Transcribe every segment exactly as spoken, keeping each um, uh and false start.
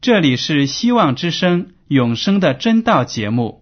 这里是希望之声永生的真道节目。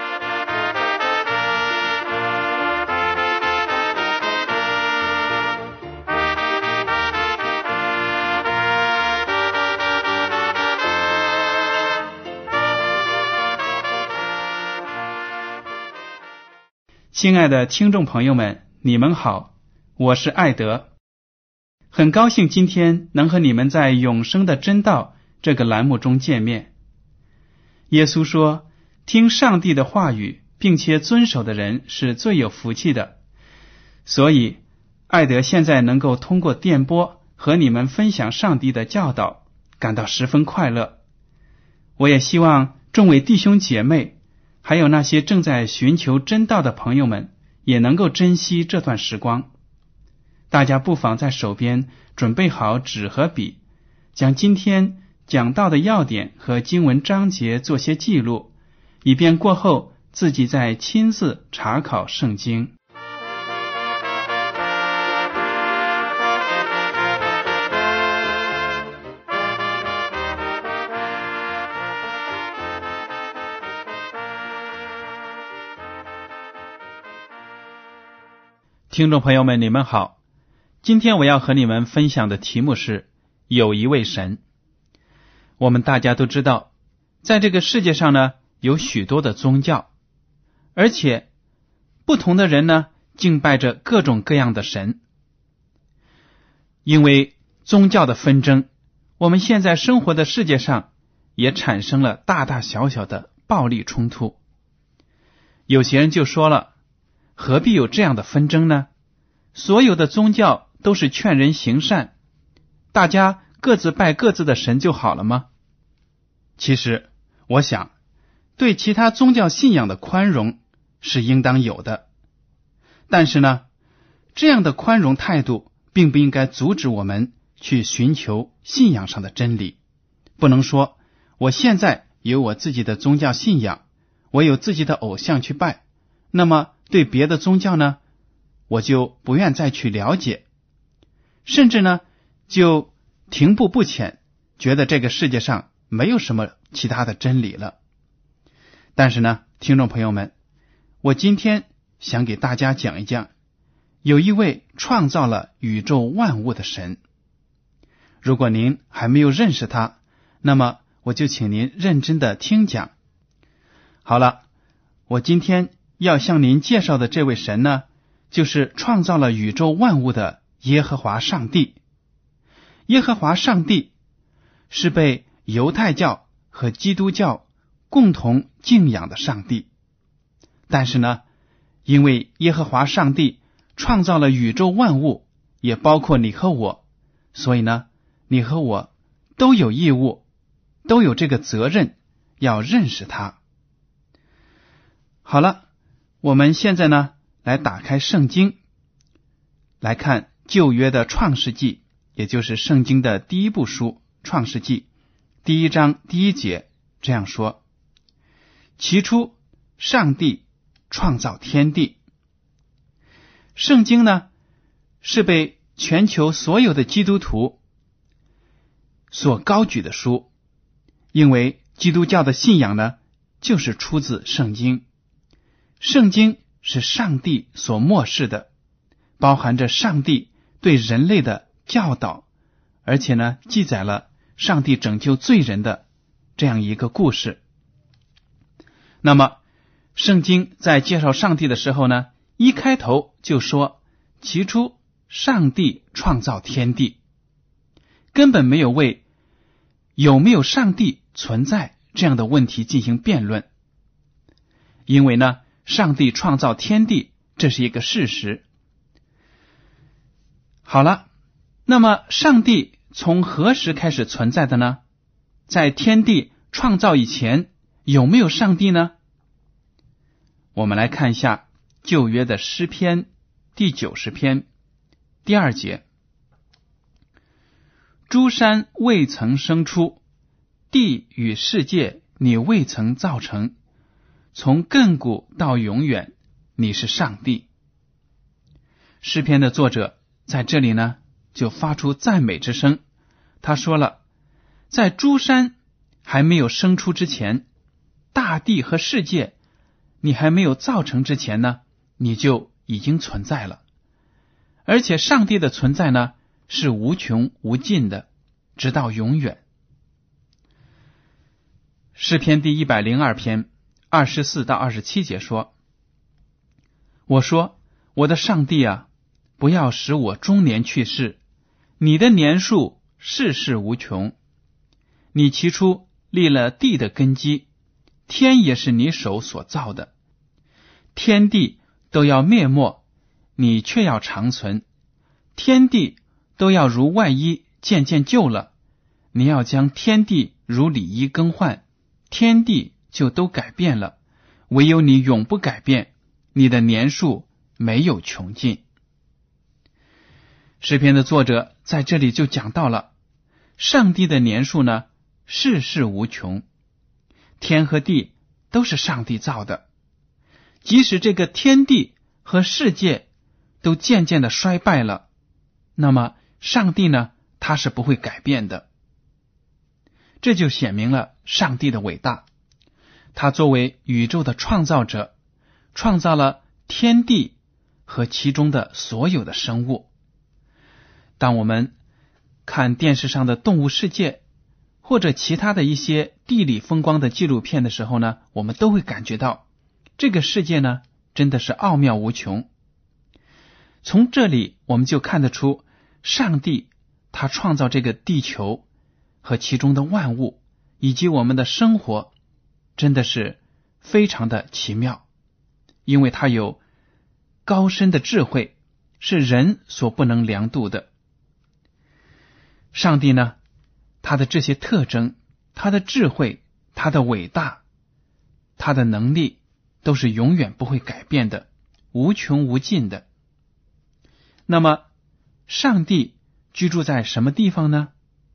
亲爱的听众朋友们，你们好，我是艾德，很高兴今天能和你们在永生的真道这个栏目中见面。耶稣说，听上帝的话语并且遵守的人是最有福气的，所以艾德现在能够通过电波和你们分享上帝的教导，感到十分快乐。我也希望众位弟兄姐妹还有那些正在寻求真道的朋友们也能够珍惜这段时光。大家不妨在手边准备好纸和笔，将今天讲到的要点和经文章节做些记录，以便过后自己再亲自查考圣经。听众朋友们，你们好，今天我要和你们分享的题目是有一位神。我们大家都知道，在这个世界上呢，有许多的宗教，而且不同的人呢，敬拜着各种各样的神。因为宗教的纷争，我们现在生活的世界上也产生了大大小小的暴力冲突。有些人就说了，何必有这样的纷争呢？所有的宗教都是劝人行善，大家各自拜各自的神就好了吗？其实我想，对其他宗教信仰的宽容是应当有的，但是呢，这样的宽容态度并不应该阻止我们去寻求信仰上的真理。不能说我现在有我自己的宗教信仰，我有自己的偶像去拜，那么对别的宗教呢，我就不愿再去了解，甚至呢就停步不前，觉得这个世界上没有什么其他的真理了。但是呢，听众朋友们，我今天想给大家讲一讲，有一位创造了宇宙万物的神。如果您还没有认识他，那么我就请您认真的听讲。好了，我今天要向您介绍的这位神呢，就是创造了宇宙万物的耶和华上帝。耶和华上帝是被犹太教和基督教共同敬仰的上帝，但是呢，因为耶和华上帝创造了宇宙万物，也包括你和我，所以呢，你和我都有义务，都有这个责任要认识他。好了，我们现在呢，来打开圣经，来看旧约的创世纪，也就是圣经的第一部书创世纪第一章第一节这样说：起初上帝创造天地。圣经呢，是被全球所有的基督徒所高举的书，因为基督教的信仰呢，就是出自圣经。圣经是上帝所默示的，包含着上帝对人类的教导，而且呢，记载了上帝拯救罪人的这样一个故事。那么圣经在介绍上帝的时候呢，一开头就说起初上帝创造天地，根本没有为有没有上帝存在这样的问题进行辩论。因为呢，上帝创造天地，这是一个事实。好了，那么上帝从何时开始存在的呢？在天地创造以前，有没有上帝呢？我们来看一下旧约的诗篇第九十篇第二节：诸山未曾生出，地与世界你未曾造成，从亘古到永远，你是上帝。诗篇的作者在这里呢，就发出赞美之声。他说了，在诸山还没有生出之前，大地和世界你还没有造成之前呢，你就已经存在了。而且上帝的存在呢，是无穷无尽的，直到永远。诗篇第一百零二篇二十四到二十七节说，我说，我的上帝啊，不要使我中年去世，你的年数世世无穷。你起初立了地的根基，天也是你手所造的，天地都要灭没，你却要长存。天地都要如外衣渐渐旧了，你要将天地如里衣更换，天地就都改变了，唯有你永不改变，你的年数没有穷尽。诗篇的作者在这里就讲到了，上帝的年数呢，世世无穷，天和地都是上帝造的，即使这个天地和世界都渐渐的衰败了，那么上帝呢，他是不会改变的。这就显明了上帝的伟大，他作为宇宙的创造者，创造了天地和其中的所有的生物。当我们看电视上的动物世界或者其他的一些地理风光的纪录片的时候呢，我们都会感觉到这个世界呢，真的是奥妙无穷。从这里我们就看得出，上帝他创造这个地球和其中的万物以及我们的生活，真的是非常的奇妙，因为他有高深的智慧，是人所不能量度的。上帝呢，他的这些特征，他的智慧，他的伟大，他的能力，都是永远不会改变的，无穷无尽的。那么上帝居住在什么地方呢？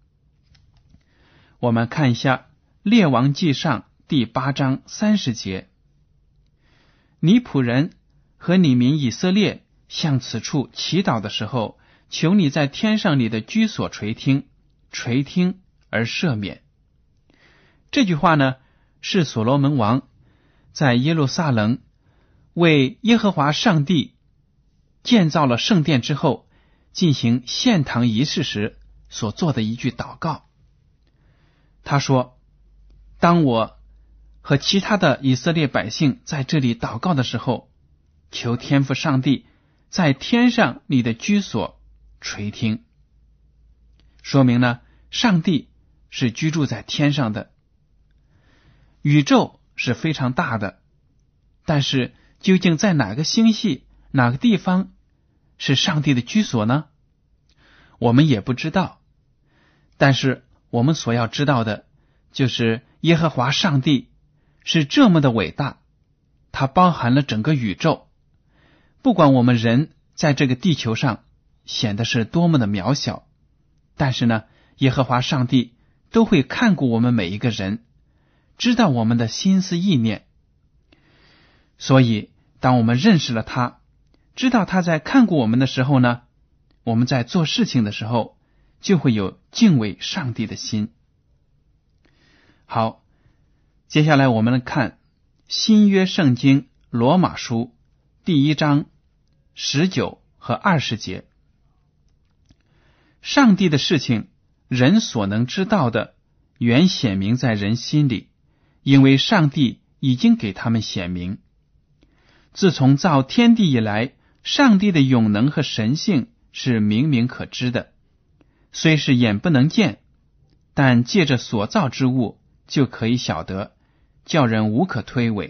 我们看一下列王纪上第八章三十节，你仆人和你民以色列向此处祈祷的时候，求你在天上你的居所垂听，垂听而赦免。这句话呢，是所罗门王在耶路撒冷为耶和华上帝建造了圣殿之后进行献堂仪式时所做的一句祷告。他说，当我和其他的以色列百姓在这里祷告的时候，求天父上帝在天上你的居所垂听。说明呢，上帝是居住在天上的。宇宙是非常大的，但是究竟在哪个星系，哪个地方是上帝的居所呢？我们也不知道。但是我们所要知道的就是耶和华上帝是这么的伟大，它包含了整个宇宙。不管我们人在这个地球上显得是多么的渺小，但是呢，耶和华上帝都会看顾我们每一个人，知道我们的心思意念。所以当我们认识了他，知道他在看顾我们的时候呢，我们在做事情的时候就会有敬畏上帝的心。好，接下来我们来看新约圣经罗马书第一章十九和二十节。上帝的事情，人所能知道的，原显明在人心里，因为上帝已经给他们显明。自从造天地以来，上帝的永能和神性是明明可知的，虽是眼不能见，但借着所造之物就可以晓得，叫人无可推诿。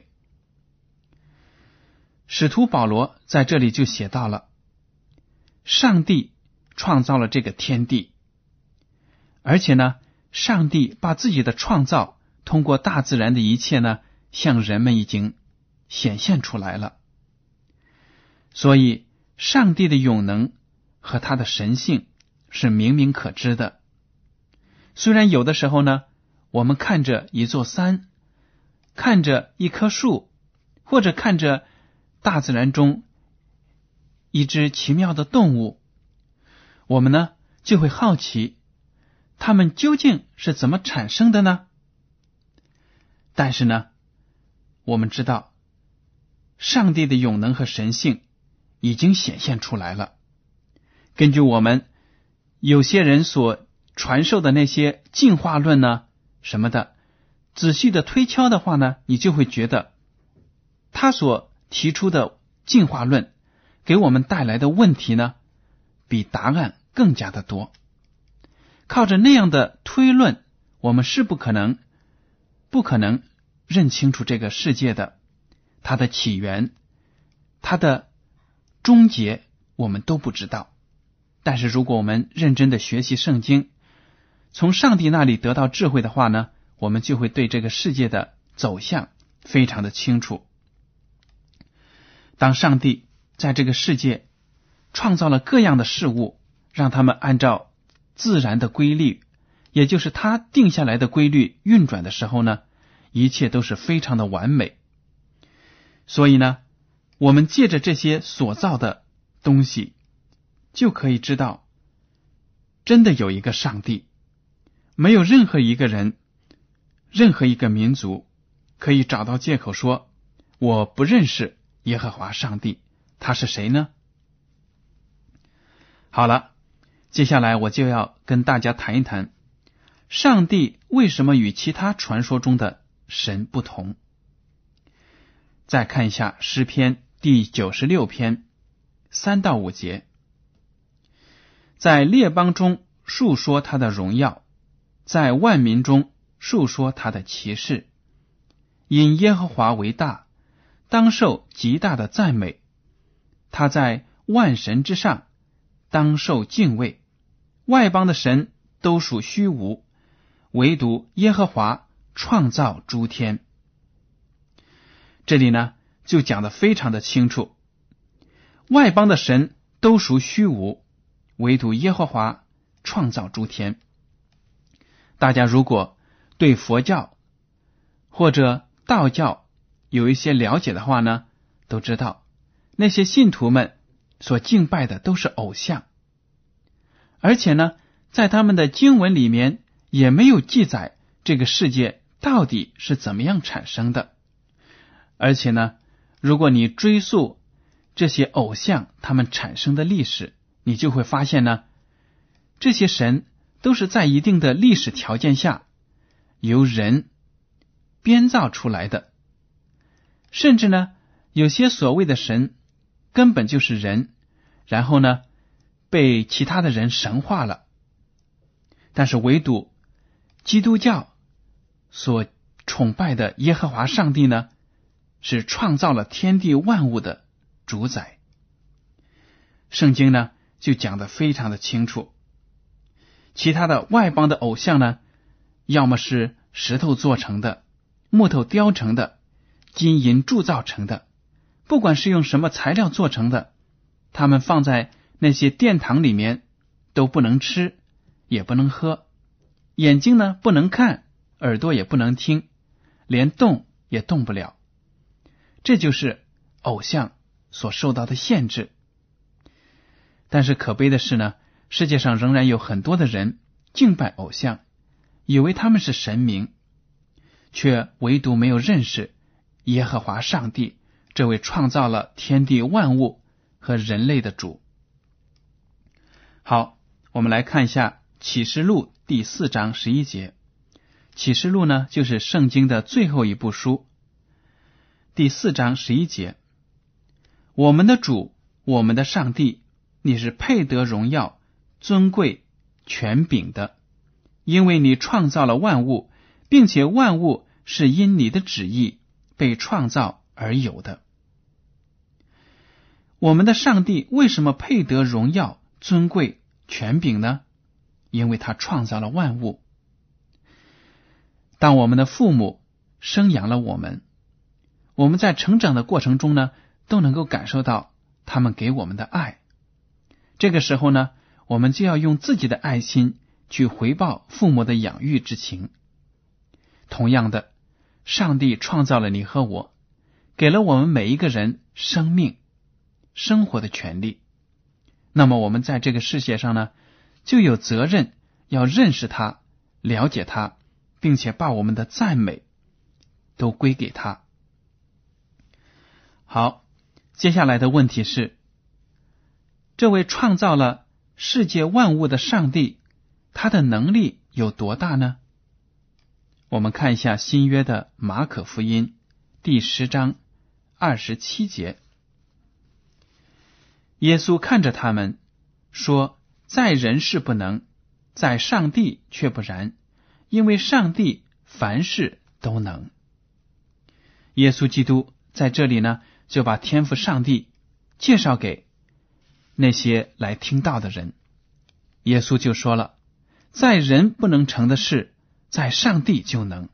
使徒保罗在这里就写到了，上帝创造了这个天地，而且呢，上帝把自己的创造通过大自然的一切呢，向人们已经显现出来了。所以上帝的永能和他的神性是明明可知的。虽然有的时候呢，我们看着一座山，看着一棵树，或者看着大自然中一只奇妙的动物，我们呢就会好奇，它们究竟是怎么产生的呢？ 但是呢，我们知道上帝的永能和神性已经显现出来了。根据我们有些人所传授的那些进化论呢什么的，仔细的推敲的话呢，你就会觉得他所提出的进化论给我们带来的问题呢，比答案更加的多。靠着那样的推论，我们是不可能不可能认清楚这个世界的它的起源，它的终结我们都不知道。但是如果我们认真的学习圣经，从上帝那里得到智慧的话呢，我们就会对这个世界的走向非常的清楚。当上帝在这个世界创造了各样的事物，让他们按照自然的规律，也就是他定下来的规律运转的时候呢，一切都是非常的完美。所以呢，我们借着这些所造的东西，就可以知道真的有一个上帝。没有任何一个人，任何一个民族可以找到借口说我不认识耶和华上帝，他是谁呢？好了，接下来我就要跟大家谈一谈上帝为什么与其他传说中的神不同。再看一下诗篇第九十六篇三到五节，在列邦中述说他的荣耀，在万民中述说他的奇事。因耶和华为大，当受极大的赞美。他在万神之上，当受敬畏。外邦的神都属虚无，唯独耶和华创造诸天。这里呢，就讲得非常的清楚，外邦的神都属虚无，唯独耶和华创造诸天。大家如果对佛教或者道教有一些了解的话呢，都知道那些信徒们所敬拜的都是偶像，而且呢，在他们的经文里面也没有记载这个世界到底是怎么样产生的。而且呢，如果你追溯这些偶像他们产生的历史，你就会发现呢，这些神都是在一定的历史条件下由人编造出来的。甚至呢，有些所谓的神根本就是人，然后呢被其他的人神化了。但是唯独基督教所崇拜的耶和华上帝呢，是创造了天地万物的主宰。圣经呢就讲得非常的清楚，其他的外邦的偶像呢，要么是石头做成的，木头雕成的，金银铸造成的，不管是用什么材料做成的，他们放在那些殿堂里面都不能吃，也不能喝，眼睛呢不能看，耳朵也不能听，连动也动不了。这就是偶像所受到的限制。但是可悲的是呢，世界上仍然有很多的人敬拜偶像，以为他们是神明，却唯独没有认识耶和华上帝，这位创造了天地万物和人类的主。好，我们来看一下启示录第四章十一节。启示录呢，就是圣经的最后一部书。第四章十一节，我们的主，我们的上帝，你是配得荣耀、尊贵、权柄的，因为你创造了万物，并且万物是因你的旨意被创造而有的。我们的上帝为什么配得荣耀、尊贵、权柄呢？因为他创造了万物。当我们的父母生养了我们，我们在成长的过程中呢，都能够感受到他们给我们的爱。这个时候呢，我们就要用自己的爱心去回报父母的养育之情。同样的，上帝创造了你和我，给了我们每一个人生命、生活的权利。那么我们在这个世界上呢，就有责任要认识他、了解他，并且把我们的赞美都归给他。好，接下来的问题是，这位创造了世界万物的上帝，他的能力有多大呢？我们看一下新约的马可福音第十章二十七节。耶稣看着他们说，在人是不能，在上帝却不然，因为上帝凡事都能。耶稣基督在这里呢，就把天父上帝介绍给那些来听道的人。耶稣就说了，在人不能成的事，在上帝就能。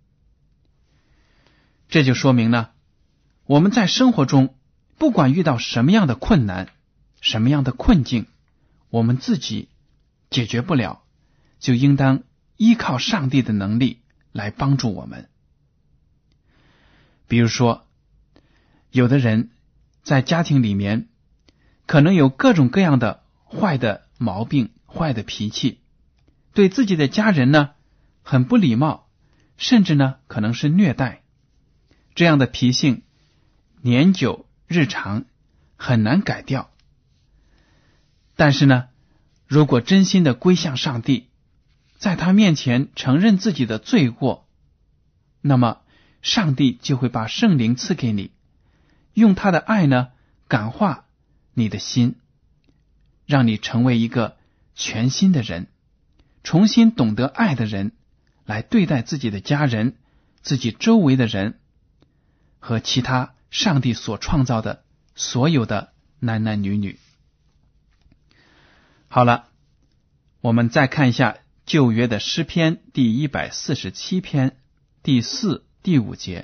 这就说明了，我们在生活中不管遇到什么样的困难，什么样的困境，我们自己解决不了，就应当依靠上帝的能力来帮助我们。比如说，有的人在家庭里面可能有各种各样的坏的毛病、坏的脾气，对自己的家人呢很不礼貌，甚至呢可能是虐待。这样的脾性年久日长，很难改掉。但是呢，如果真心的归向上帝，在他面前承认自己的罪过，那么上帝就会把圣灵赐给你，用他的爱呢感化你的心，让你成为一个全新的人，重新懂得爱的人，来对待自己的家人、自己周围的人和其他上帝所创造的所有的男男女女。好了，我们再看一下旧约的诗篇第一百四十七篇第四、第五节。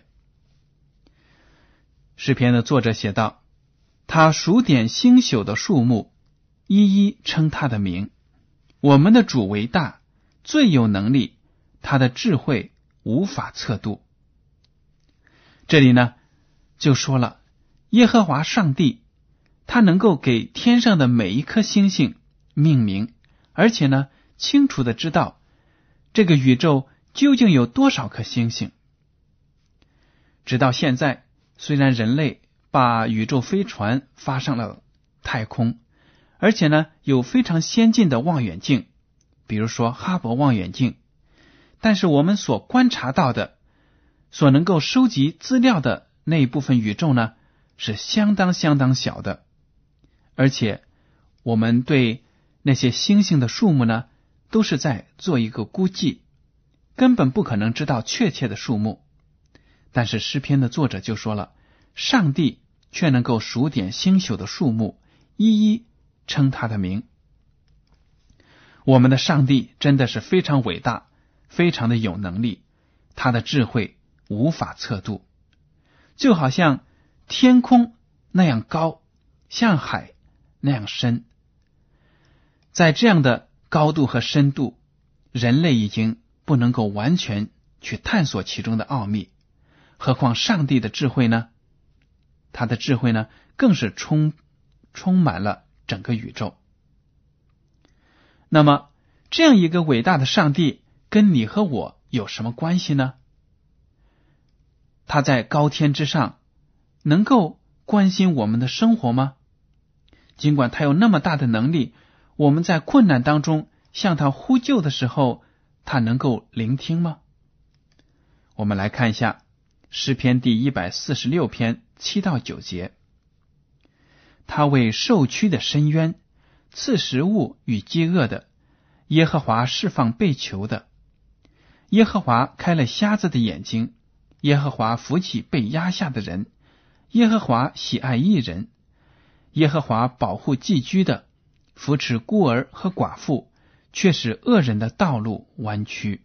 诗篇的作者写道，他数点星宿的数目，一一称他的名。我们的主为大，最有能力，他的智慧无法测度。这里呢就说了，耶和华上帝他能够给天上的每一颗星星命名，而且呢清楚的知道这个宇宙究竟有多少颗星星。直到现在，虽然人类把宇宙飞船发上了太空，而且呢有非常先进的望远镜，比如说哈勃望远镜，但是我们所观察到的，所能够收集资料的那一部分宇宙呢是相当相当小的，而且我们对那些星星的数目呢都是在做一个估计，根本不可能知道确切的数目。但是诗篇的作者就说了，上帝却能够数点星宿的数目，一一称他的名。我们的上帝真的是非常伟大，非常的有能力，他的智慧无法测度，就好像天空那样高，像海那样深。在这样的高度和深度，人类已经不能够完全去探索其中的奥秘，何况上帝的智慧呢？他的智慧呢更是充充满了整个宇宙。那么这样一个伟大的上帝跟你和我有什么关系呢？他在高天之上能够关心我们的生活吗？尽管他有那么大的能力，我们在困难当中向他呼救的时候，他能够聆听吗？我们来看一下诗篇第一百四十六篇七到九节。他为受屈的伸冤，赐食物与饥饿的，耶和华释放被囚的。耶和华开了瞎子的眼睛，耶和华扶起被压下的人，耶和华喜爱义人，耶和华保护寄居的，扶持孤儿和寡妇，却使恶人的道路弯曲。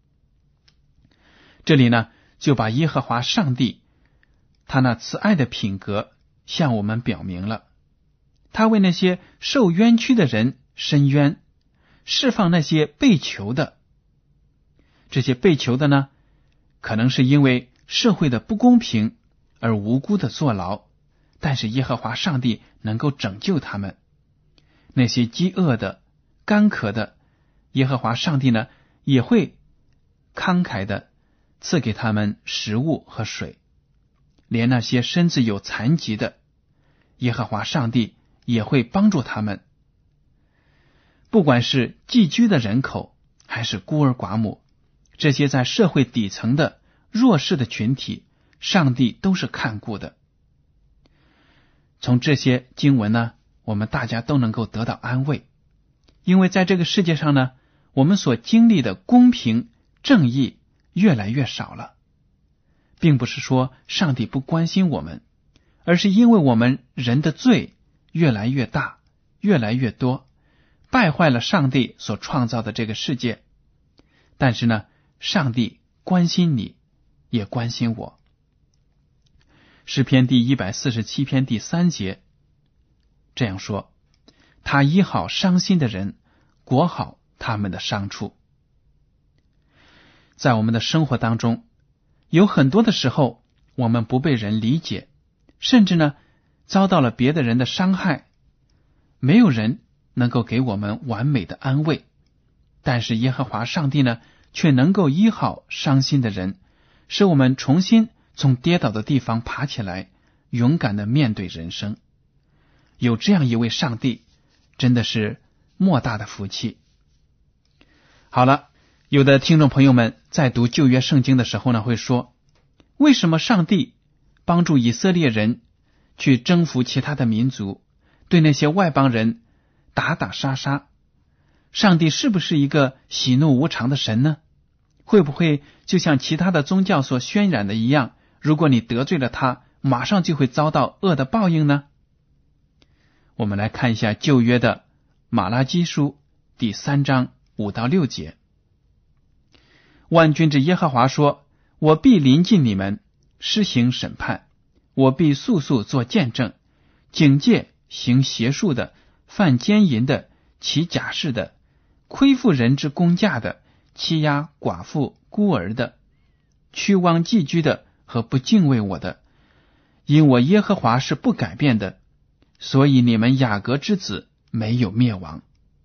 这里呢就把耶和华上帝他那慈爱的品格向我们表明了。他为那些受冤屈的人伸冤，释放那些被囚的。这些被囚的呢，可能是因为社会的不公平而无辜的坐牢，但是耶和华上帝能够拯救他们。那些饥饿的、干渴的，耶和华上帝呢也会慷慨的赐给他们食物和水，连那些身子有残疾的，耶和华上帝也会帮助他们。不管是寄居的人口，还是孤儿寡母，这些在社会底层的弱势的群体，上帝都是看顾的。从这些经文呢，我们大家都能够得到安慰，因为在这个世界上呢，我们所经历的公平正义越来越少了，并不是说上帝不关心我们，而是因为我们人的罪越来越大，越来越多，败坏了上帝所创造的这个世界。但是呢，上帝关心你，也关心我。诗篇第一百四十七篇第三节这样说：他医好伤心的人，裹好他们的伤处。在我们的生活当中，有很多的时候，我们不被人理解，甚至呢，遭到了别的人的伤害，没有人能够给我们完美的安慰。但是耶和华上帝呢，却能够医好伤心的人，使我们重新从跌倒的地方爬起来，勇敢的面对人生。有这样一位上帝，真的是莫大的福气。好了，有的听众朋友们在读旧约圣经的时候呢，会说，为什么上帝帮助以色列人去征服其他的民族，对那些外邦人打打杀杀？上帝是不是一个喜怒无常的神呢？会不会就像其他的宗教所渲染的一样，如果你得罪了他，马上就会遭到恶的报应呢？我们来看一下旧约的马拉基书第三章五到六节。万军之耶和华说，我必临近你们，施行审判，我必速速做见证，警戒行邪术的，犯奸淫的，起假誓的，亏负人之公价的，欺压寡妇孤儿的，屈枉寄居的和不敬畏我的。因我耶和华是不改变的，所以你们雅各之子没有灭亡。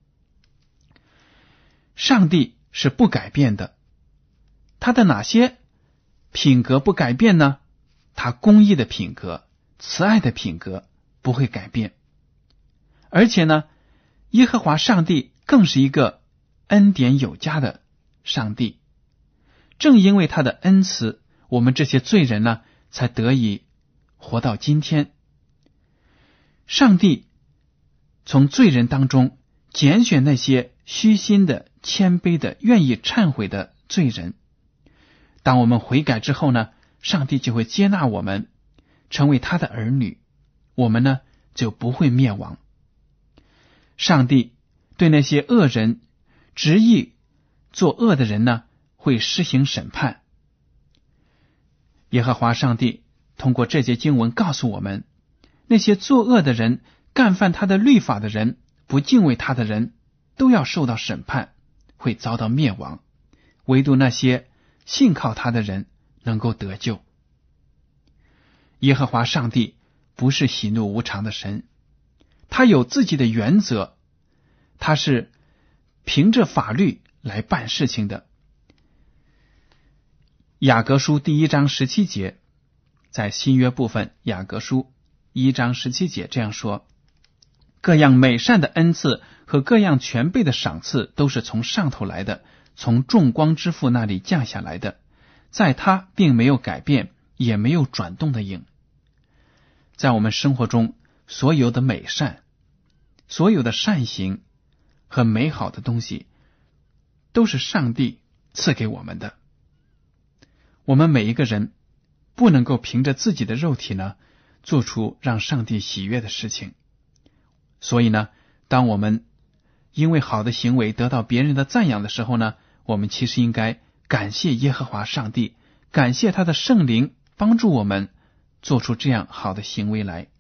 上帝是不改变的，他的哪些品格不改变呢？他公义的品格，慈爱的品格不会改变。而且呢，耶和华上帝更是一个恩典有加的上帝。正因为他的恩慈，我们这些罪人呢，才得以活到今天。上帝从罪人当中拣选那些虚心的、谦卑的、愿意忏悔的罪人。当我们悔改之后呢，上帝就会接纳我们，成为他的儿女，我们呢就不会灭亡。上帝对那些恶人、执意作恶的人呢，会施行审判。耶和华上帝通过这节经文告诉我们，那些作恶的人、干犯他的律法的人、不敬畏他的人，都要受到审判，会遭到灭亡。唯独那些信靠他的人能够得救。耶和华上帝不是喜怒无常的神，他有自己的原则，他是凭着法律来办事情的。雅各书第一章十七节，在新约部分雅各书一章十七节这样说：各样美善的恩赐和各样全备的赏赐都是从上头来的，从众光之父那里降下来的，在他并没有改变，也没有转动的影。在我们生活中，所有的美善，所有的善行和美好的东西，都是上帝赐给我们的。我们每一个人不能够凭着自己的肉体呢，做出让上帝喜悦的事情。所以呢，当我们因为好的行为得到别人的赞扬的时候呢，我们其实应该感谢耶和华上帝，感谢他的圣灵帮助我们做出这样好的行为来。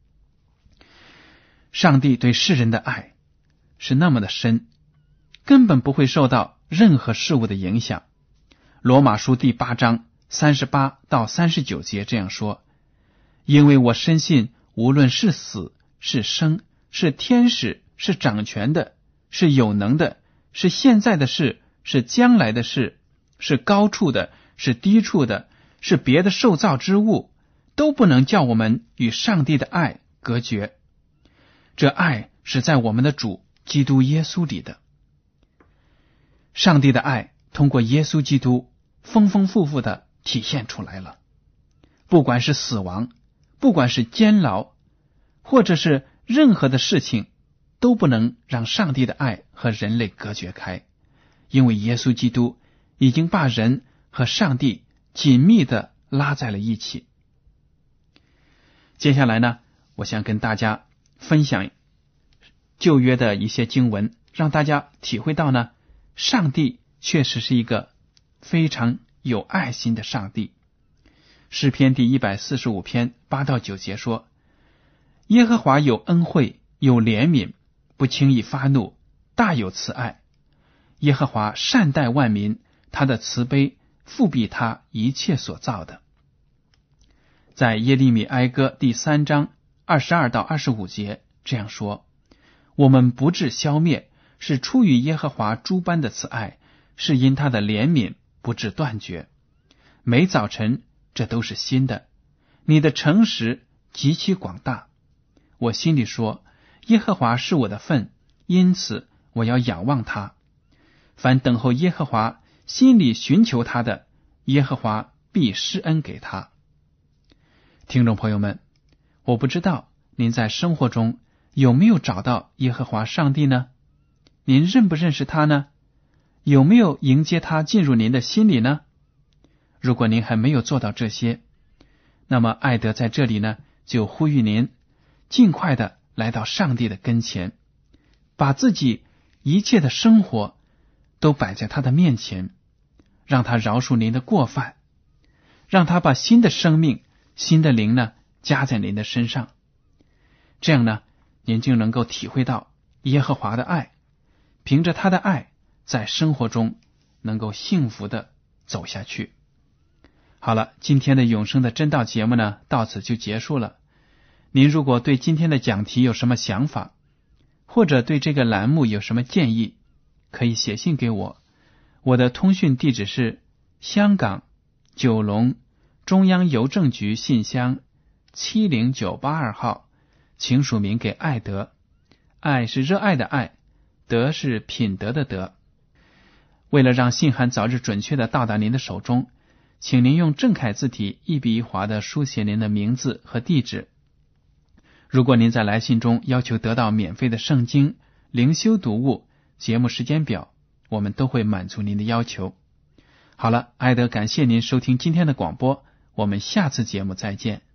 上帝对世人的爱是那么的深，根本不会受到任何事物的影响。罗马书第八章三十八到三十九节这样说：因为我深信，无论是死是生，是天使，是掌权的，是有能的，是现在的事，是将来的事，是高处的， 是低处的，是别的受造之物，都不能叫我们与上帝的爱隔绝。这爱是在我们的主基督耶稣里的。上帝的爱通过耶稣基督丰丰富富的体现出来了。不管是死亡，不管是监牢，或者是任何的事情，都不能让上帝的爱和人类隔绝开，因为耶稣基督已经把人和上帝紧密的拉在了一起。接下来呢，我想跟大家分享旧约的一些经文，让大家体会到呢，上帝确实是一个非常有爱心的上帝。诗篇第一百四十五篇八到九节说，耶和华有恩惠，有怜悯，不轻易发怒，大有慈爱。耶和华善待万民，他的慈悲复庇他一切所造的。在耶利米哀歌第三章二十二到二十五节这样说，我们不致消灭，是出于耶和华诸般的慈爱，是因他的怜悯不致断绝。每早晨这都是新的，你的诚实极其广大。我心里说，耶和华是我的份，因此我要仰望他。凡等候耶和华，心里寻求他的，耶和华必施恩给他。听众朋友们，我不知道您在生活中有没有找到耶和华上帝呢？您认不认识他呢？有没有迎接他进入您的心里呢？如果您还没有做到这些，那么艾德在这里呢，就呼吁您尽快的来到上帝的跟前，把自己一切的生活都摆在他的面前，让他饶恕您的过犯，让他把新的生命、新的灵呢加在您的身上。这样呢，您就能够体会到耶和华的爱，凭着他的爱，在生活中能够幸福的走下去。好了，今天的永生的真道节目呢，到此就结束了。您如果对今天的讲题有什么想法，或者对这个栏目有什么建议，可以写信给我。我的通讯地址是香港九龙中央邮政局信箱七零九八二号，请署名给爱德。爱是热爱的爱，德是品德的德。为了让信函早日准确的到达您的手中，请您用正楷字体一笔一划的书写您的名字和地址。如果您在来信中要求得到免费的圣经、灵修读物、节目时间表，我们都会满足您的要求。好了，艾德感谢您收听今天的广播，我们下次节目再见。